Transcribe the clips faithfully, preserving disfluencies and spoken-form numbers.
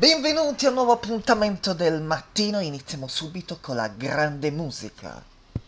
Benvenuti a un nuovo appuntamento del mattino, iniziamo subito con la grande musica.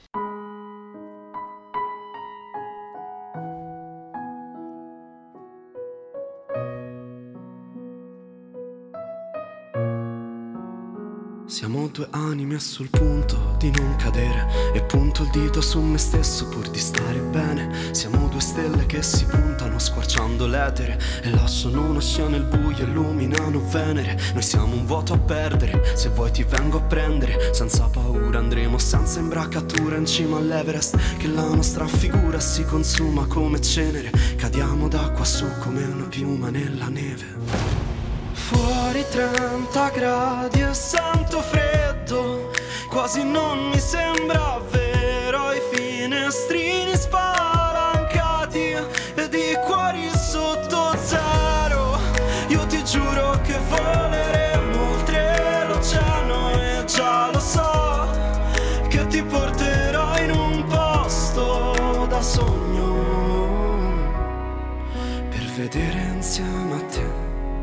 Siamo due anime sul punto di non cadere e punto il dito su me stesso pur di stare bene. Siamo due stelle che si puntano squarciando l'etere e lasciano una scia nel buio, illuminano Venere. Noi siamo un vuoto a perdere, se vuoi ti vengo a prendere. Senza paura andremo senza imbracatura in cima all'Everest, che la nostra figura si consuma come cenere. Cadiamo da quassù come una piuma nella neve. Fuori trenta gradi e sento freddo, quasi non mi sembra vero. I finestrini spalancati e di cuori sotto zero. Io ti giuro che voleremo oltre l'oceano e già lo so che ti porterò in un posto da sogno per vedere insieme a te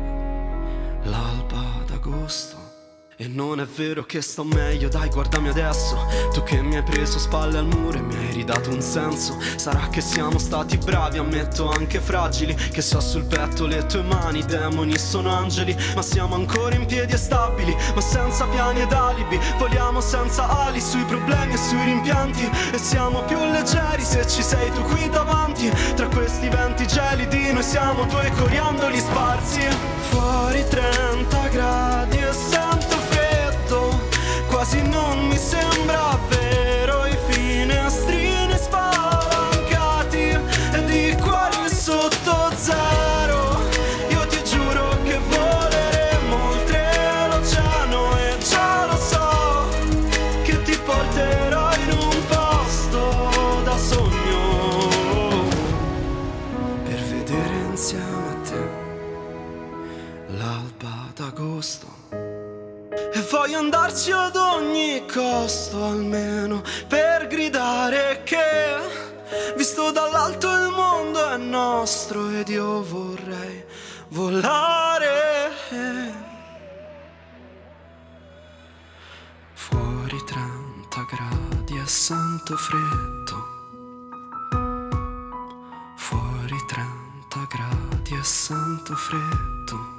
l'alba d'agosto. E non è vero che sto meglio, dai guardami adesso. Tu che mi hai preso spalle al muro e mi hai ridato un senso. Sarà che siamo stati bravi, ammetto anche fragili, che so sul petto le tue mani, i demoni sono angeli. Ma siamo ancora in piedi e stabili, ma senza piani ed alibi. Voliamo senza ali sui problemi e sui rimpianti, e siamo più leggeri se ci sei tu qui davanti. Tra questi venti gelidi noi siamo due coriandoli sparsi. Fuori trenta gradi e sento freddo, quasi non mi sembra vero. I finestrini spalancati e di cuori sotto zero. Io ti giuro che voleremo oltre l'oceano e già lo so che ti porterò in un posto da sogno per vedere insieme a te l'alba d'agosto. E voglio andarci ad ogni costo, almeno per gridare che, visto dall'alto, il mondo è nostro ed io vorrei volare. Fuori trenta gradi e sento freddo. Fuori trenta gradi e sento freddo.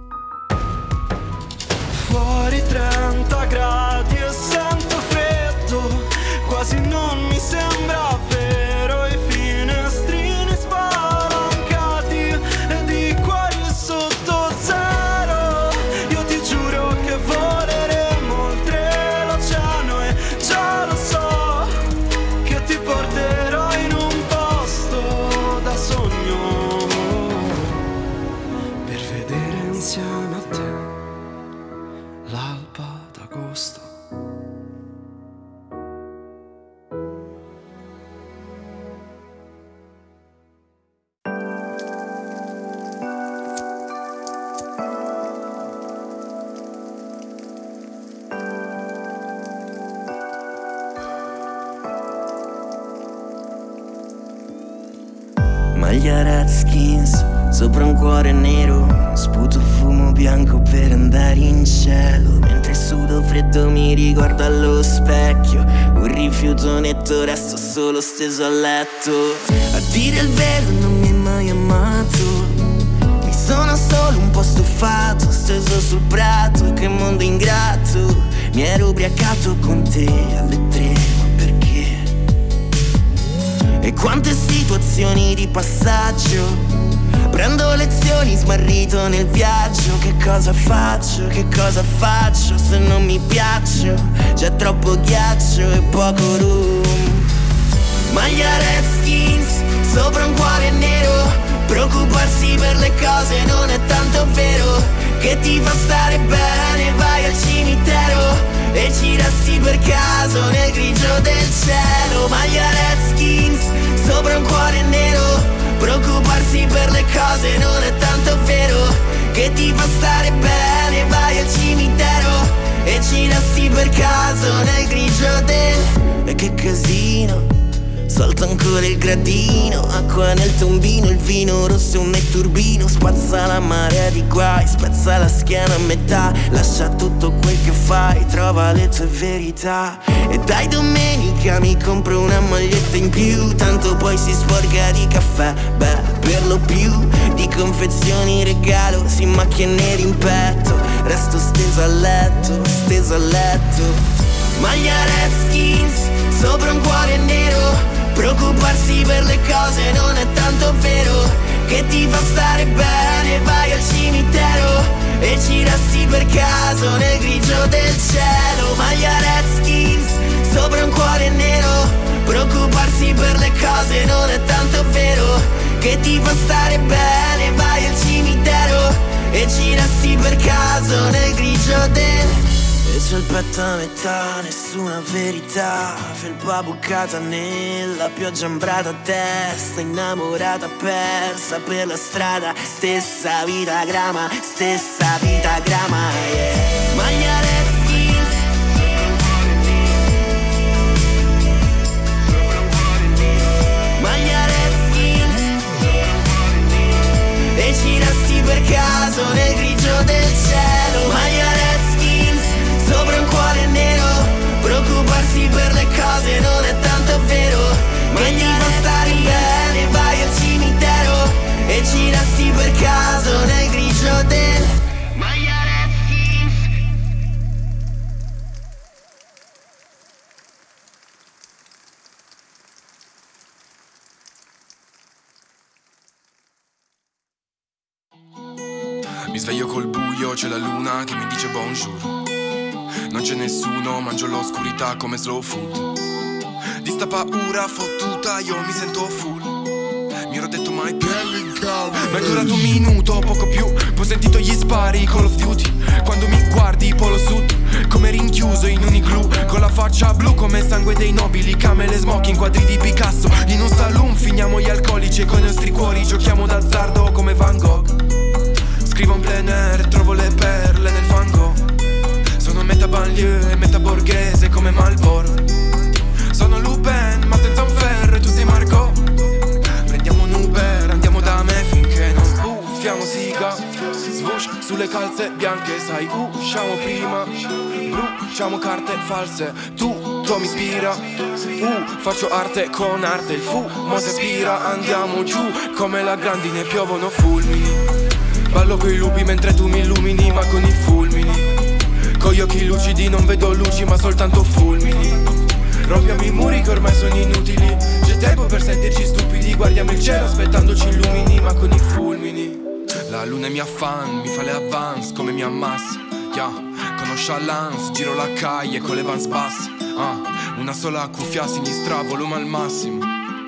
Fuori trenta gradi e sento freddo, quasi non mi sembra vero. I finestrini spalancati e di cuori sotto zero. Io ti giuro che voleremo oltre l'oceano e già lo so che ti porterò in un posto da sogno per vedere insieme a te l'alba d'agosto. Maglia Redskins sopra un cuore nero, sputo fumo bianco per andare in cielo. Mentre sudo freddo mi riguardo allo specchio, un rifiuto netto, resto solo steso a letto. A dire il vero non mi hai mai amato, mi sono solo un po' stufato, steso sul prato, che mondo ingrato. Mi ero ubriacato con te alle tre, ma perché? E quante situazioni di passaggio, prendo lezioni smarrito nel viaggio. Che cosa faccio, che cosa faccio se non mi piaccio? C'è troppo ghiaccio e poco room. Maglia Redskins sopra un cuore nero, preoccuparsi per le cose non è tanto vero. Che ti fa stare bene, vai al cimitero e ci resti per caso nel grigio del cielo. Maglia Redskins sopra un cuore nero, preoccuparsi per le cose non è tanto vero. Che ti fa stare bene, vai al cimitero e ci resti per caso nel grigio del... E che casino, Salta ancora il gradino, acqua nel tombino, il vino rosso è un netturbino. Spazza la marea di guai, spezza la schiena a metà. Lascia tutto quel che fai, trova le tue verità. E dai, domenica mi compro una maglietta in più, tanto poi si sporca di caffè, beh, per lo più di confezioni regalo, si macchie neri in petto. Resto steso a letto, steso a letto. Maglia Redskins, sopra un cuore nero. Preoccuparsi per le cose non è tanto vero. Che ti fa stare bene, vai al cimitero e ci resti per caso nel grigio del cielo. Maglia Redskins, sopra un cuore nero. Preoccuparsi per le cose non è tanto vero. Che ti fa stare bene, vai al cimitero e ci resti per caso nel grigio del... E c'è il petto a metà, nessuna verità. Felpa bucata nella pioggia ambrata a testa, innamorata persa per la strada. Stessa vita grama, stessa vita grama, yeah. Maglia Redskins, maglia Redskins, e ci resti per caso nel grigio del cielo. Maglia Redskins, sopra un cuore nero. Preoccuparsi per le cose non è tanto vero. Che ti fa stare bene, vai al cimitero e ci resti per caso nel grigio del... Maglia Redskins. Mi sveglio col buio, c'è la luna che mi dice bonjour. Non c'è nessuno, mangio l'oscurità come slow food. Di sta paura fottuta io mi sento full. Mi ero detto mai più, ma è durato un minuto, poco più. Poi ho sentito gli spari, Call of Duty. Quando mi guardi, polo sud, come rinchiuso in un igloo, con la faccia blu come sangue dei nobili. Camele, smoking, quadri di Picasso. In un saloon finiamo gli alcolici e con i nostri cuori giochiamo d'azzardo come Van Gogh. Scrivo in plein air, trovo le perle nel fango. Sono metà banlieue e metà borghese come Marlboro. Sono Lupin ma senza un ferro e tu sei Margot. Prendiamo un Uber, andiamo da me finché non buffiamo siga. Swoosh sulle calze bianche, sai, usciamo prima. Bruciamo carte false, tutto mi ispira. Uh, faccio arte con arte, il fumo si aspira. Andiamo giù come la grandine, piovono fulmini. Ballo coi lupi mentre tu mi illumini, ma con i fulmini. Con gli occhi lucidi non vedo luci ma soltanto fulmini. Rompiamo i muri che ormai sono inutili. C'è tempo per sentirci stupidi. Guardiamo il cielo aspettandoci illumini, ma con i fulmini. La luna è mia fan, mi fa le avance come mi ammassa, yeah. Conosco Lance, giro la calle con le vans basse, ah. Una sola cuffia a sinistra, volume al massimo,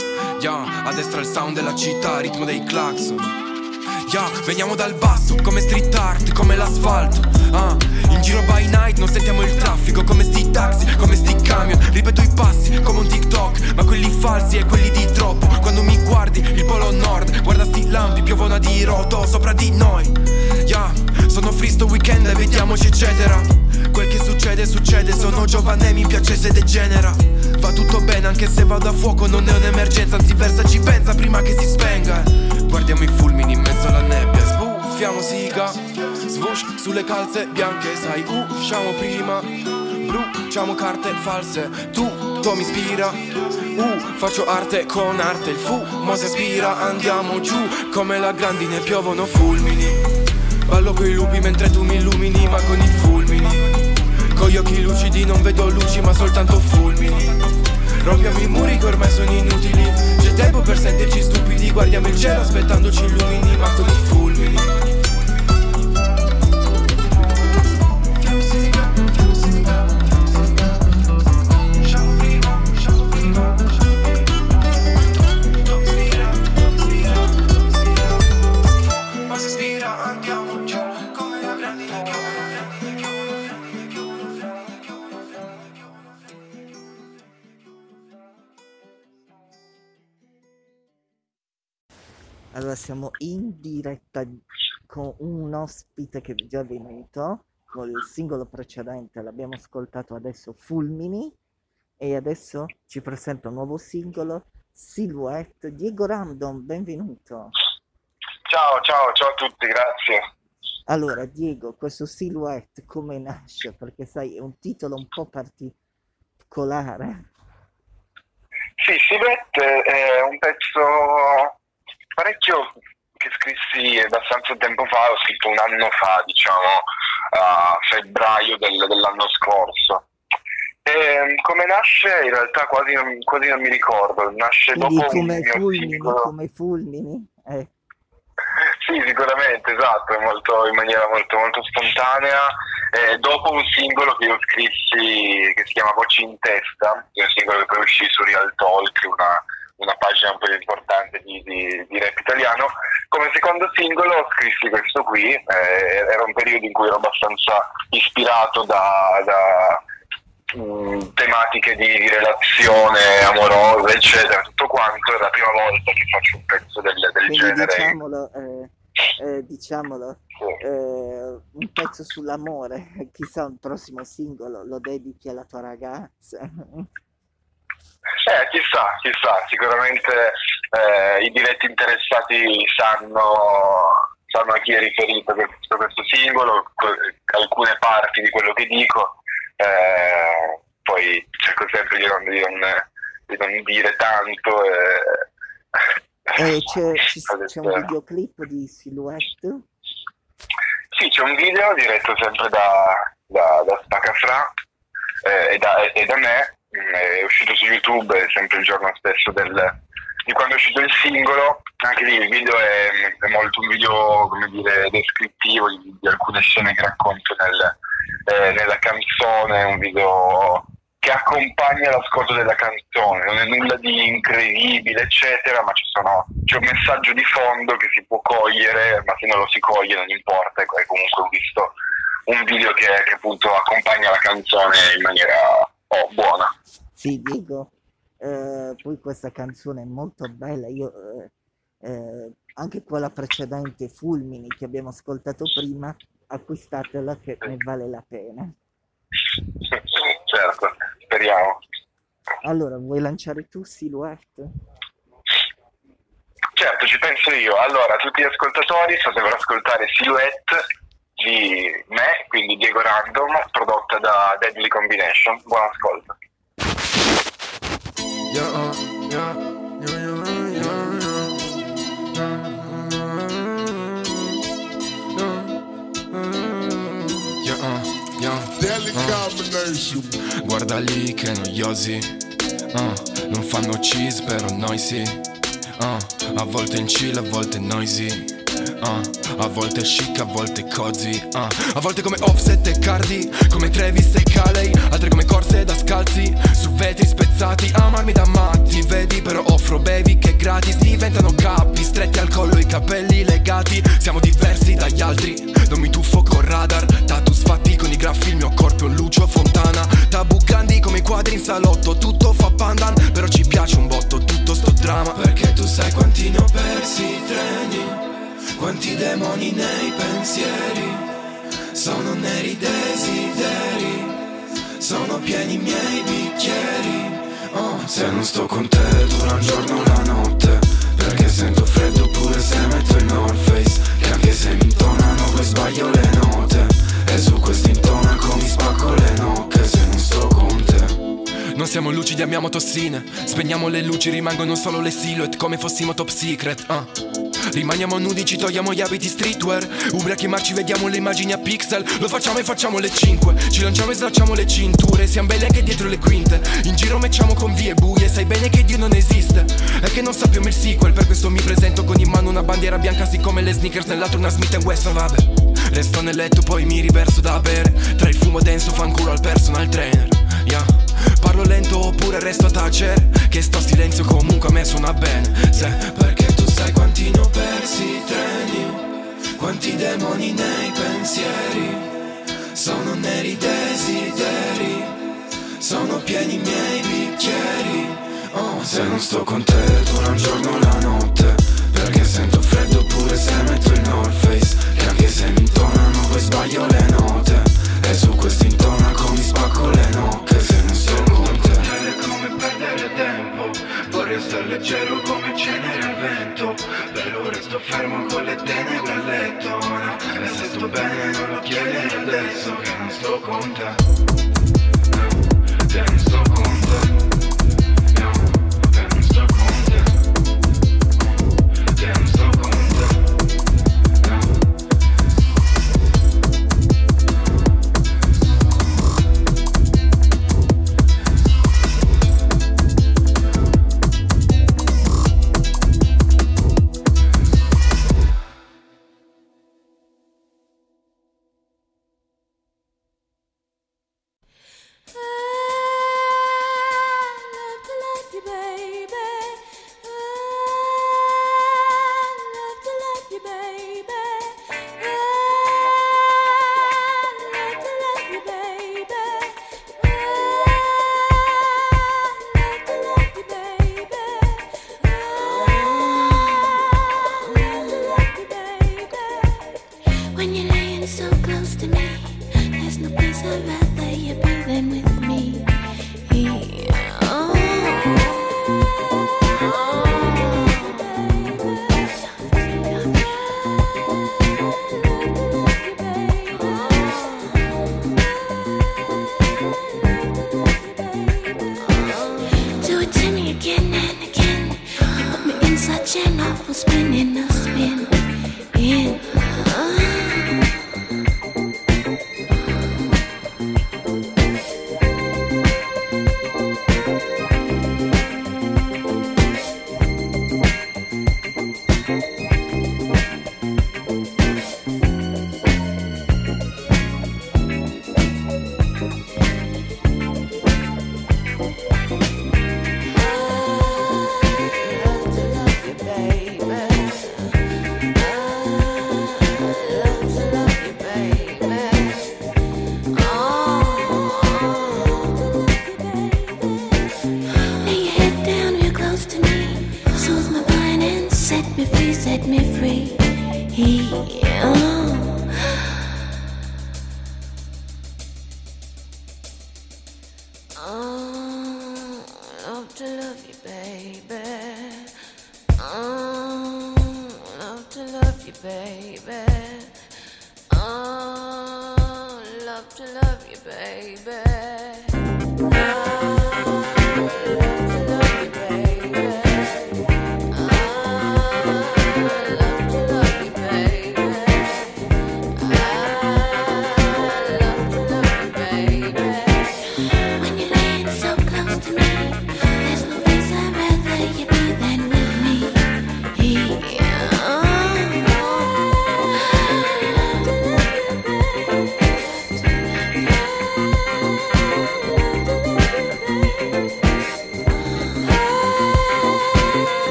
yeah. A destra il sound della città, ritmo dei clacson. Yeah, veniamo dal basso, come street art, come l'asfalto, ah. In giro by night non sentiamo il traffico, come sti taxi, come sti camion. Ripeto i passi, come un TikTok, ma quelli falsi e quelli di troppo. Quando mi guardi, il polo nord, guarda sti lampi, piovono a diroto sopra di noi. Yeah, sono free sto weekend e vediamoci eccetera. Quel che succede, succede, sono giovane, mi piace se degenera. Va tutto bene anche se vado a fuoco, non è un'emergenza, anzi versa ci pensa prima che si spenga. Guardiamo i fulmini in mezzo alla nebbia, sbuffiamo siga. Swoosh sulle calze bianche, sai, usciamo prima. Bruciamo carte false, tutto mi ispira. Uh, faccio arte con arte, il fumo si aspira. Andiamo giù come la grandine, piovono fulmini. Ballo coi lupi mentre tu mi illumini, ma con i fulmini. Con gli occhi lucidi non vedo luci ma soltanto fulmini. Rompiamo i muri che ormai sono inutili. C'è tempo per sentirci stupidi. Guardiamo il cielo aspettandoci illumini, ma con i fulmini. Ma si ispira, andiamo giù come la grandine, piovono fulmini, piovono fulmini, piovono fulmini, piovono fulmini, piovono fulmini. Allora siamo in diretta con un ospite che è già venuto, con il singolo precedente l'abbiamo ascoltato adesso, Fulmini, e adesso ci presenta un nuovo singolo, Silhouette. Diego Random, benvenuto. Ciao, ciao, ciao a tutti, grazie. Allora, Diego, questo Silhouette come nasce? Perché sai, è un titolo un po' particolare. Sì, Silhouette è un pezzo parecchio che scrissi abbastanza tempo fa, l'ho scritto un anno fa, diciamo, a febbraio del, dell'anno scorso. E come nasce in realtà quasi non, quasi non mi ricordo, nasce Quindi dopo come un mio fulmini, singolo. come fulmini? Eh. Sì, sicuramente, esatto, molto, in maniera molto, molto spontanea. Eh, dopo un singolo che io scrissi che si chiama Voci in testa, che è un singolo che poi uscì su Real Talk, una, una pagina un po' importante di, di, di rap italiano. Come secondo singolo scrissi questo qui, eh, era un periodo in cui ero abbastanza ispirato da, da mh, tematiche di, di relazione amorosa, eccetera, tutto quanto. È la prima volta che faccio un pezzo del, del Quindi genere. diciamolo, eh, eh, diciamolo, eh, un pezzo sull'amore, chissà un prossimo singolo lo dedichi alla tua ragazza. Eh, chissà, chissà, sicuramente eh, i diretti interessati sanno, sanno a chi è riferito questo, questo singolo, alcune parti di quello che dico, eh, poi cerco sempre di non, di non, di non dire tanto. E... Eh, c'è, c'è, c'è un videoclip di Silhouette? Sì, c'è un video diretto sempre da, da, da Spacafra eh, e, da, e da me. È uscito su YouTube sempre il giorno stesso del, di quando è uscito il singolo. Anche lì il video è, è molto un video, come dire, descrittivo di, di alcune scene che racconto nel, eh, nella canzone, un video che accompagna l'ascolto della canzone, non è nulla di incredibile eccetera, ma ci sono, c'è un messaggio di fondo che si può cogliere, ma se non lo si coglie non importa. Ecco, comunque ho visto un video che, che appunto accompagna la canzone in maniera oh, buona. Sì, Diego, eh, poi questa canzone è molto bella, io eh, eh, anche quella precedente, Fulmini, che abbiamo ascoltato prima, acquistatela che ne vale la pena. Certo, speriamo. Allora, vuoi lanciare tu Silhouette? Certo, ci penso io. Allora, a tutti gli ascoltatori state per ascoltare Silhouette di me, quindi Diego Random, prodotta da Deadly Combination. Buon ascolto. Yeah, uh, yeah, yeah, yeah, yeah, yeah. Yeah, uh, yeah, Deadly uh. Combination. Guarda lì che noiosi, uh, non fanno cheese però noi sì, uh, a volte in chill, a volte noisy. Uh, a volte chic, a volte cozy, uh, a volte come Offset e Cardi, come Travis e Caley, altre come corse da scalzi, su vetri spezzati, amarmi da matti, vedi però offro bevi che gratis diventano capi, stretti al collo, i capelli legati, siamo diversi dagli altri, non mi tuffo con radar, tattoo fatti con i graffi, il mio corpo è un Lucio Fontana, tabù grandi come i quadri in salotto, tutto fa pandan, però ci piace un botto tutto sto dramma, perché tu sai quanti ne ho persi i treni, quanti demoni nei pensieri, sono neri desideri, sono pieni i miei bicchieri. Oh, se non sto con te dura un giorno la notte, perché sento freddo pure se metto il North Face, che anche se mi intonano poi sbaglio le note, e su questo intonaco mi spacco le nocche se non sto con te. Non siamo lucidi, amiamo tossine, spegniamo le luci, rimangono solo le silhouette come fossimo top secret, uh. Rimaniamo nudi, ci togliamo gli abiti streetwear, ubriachi ma ci vediamo le immagini a pixel, lo facciamo e facciamo le cinque, ci lanciamo e slacciamo le cinture, siamo belli anche dietro le quinte, in giro mecciamo con vie buie, sai bene che Dio non esiste, e che non sappiamo il sequel, per questo mi presento con in mano una bandiera bianca siccome le sneakers, nell'altro una Smith and Wesson, vabbè, resto nel letto poi mi riverso da bere, tra il fumo denso fanculo al personal trainer, yeah. Parlo lento oppure resto a tacere, che sto silenzio comunque a me suona bene, se, perché tu sai quanti ne ho persi i treni, quanti demoni nei pensieri, sono neri desideri, sono pieni i miei bicchieri. Oh, se non sto con te dura un giorno la notte, perché sento freddo pure se metto il North Face, che anche se mi intonano poi sbaglio le note, e su questo intonaco mi spacco le nocche se non sto con te. Come perdere tempo, Vorrei star leggero come cenere al vento, però resto fermo con le tenebre a letto. No, e se sto bene non lo chiedere adesso, che non sto con te. No, che non sto con te. No, che non sto con te. Che non sto con te.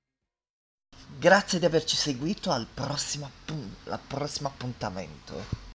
Grazie di averci seguito al prossimo, appun- al prossimo appuntamento.